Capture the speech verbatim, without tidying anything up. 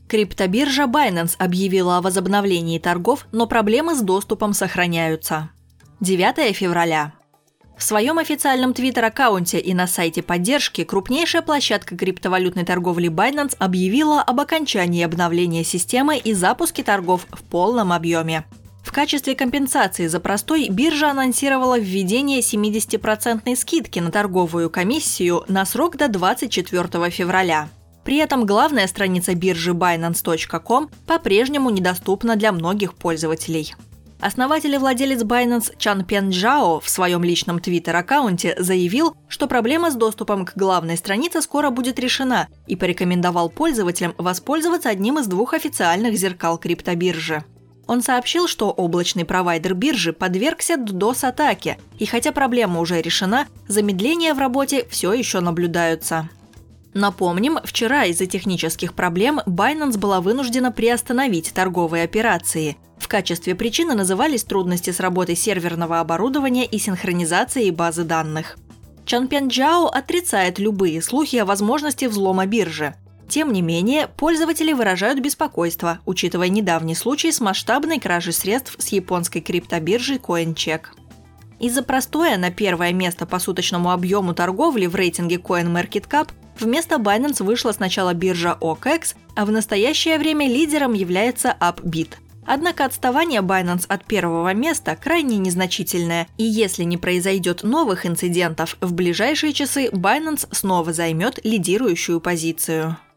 Криптобиржа Binance объявила о возобновлении торгов, но проблемы с доступом сохраняются. девятое февраля. В своем официальном твиттер-аккаунте и на сайте поддержки крупнейшая площадка криптовалютной торговли Binance объявила об окончании обновления системы и запуске торгов в полном объеме. В качестве компенсации за простой биржа анонсировала введение семидесятипроцентной скидки на торговую комиссию на срок до двадцать четвёртого февраля. При этом главная страница биржи Binance точка ком по-прежнему недоступна для многих пользователей. Основатель и владелец Binance Чанпен Чжао в своем личном твиттер-аккаунте заявил, что проблема с доступом к главной странице скоро будет решена, и порекомендовал пользователям воспользоваться одним из двух официальных зеркал криптобиржи. Он сообщил, что облачный провайдер биржи подвергся ддос-атаке, и хотя проблема уже решена, замедления в работе все еще наблюдаются. Напомним, вчера из-за технических проблем Binance была вынуждена приостановить торговые операции. В качестве причины назывались трудности с работой серверного оборудования и синхронизацией базы данных. Чанпен Чжао отрицает любые слухи о возможности взлома биржи. Тем не менее, пользователи выражают беспокойство, учитывая недавний случай с масштабной кражей средств с японской криптобиржей CoinCheck. Из-за простоя на первое место по суточному объему торговли в рейтинге CoinMarketCap вместо Binance вышла сначала биржа о кей экс, а в настоящее время лидером является Upbit. Однако отставание Binance от первого места крайне незначительное, и если не произойдет новых инцидентов, в ближайшие часы Binance снова займет лидирующую позицию.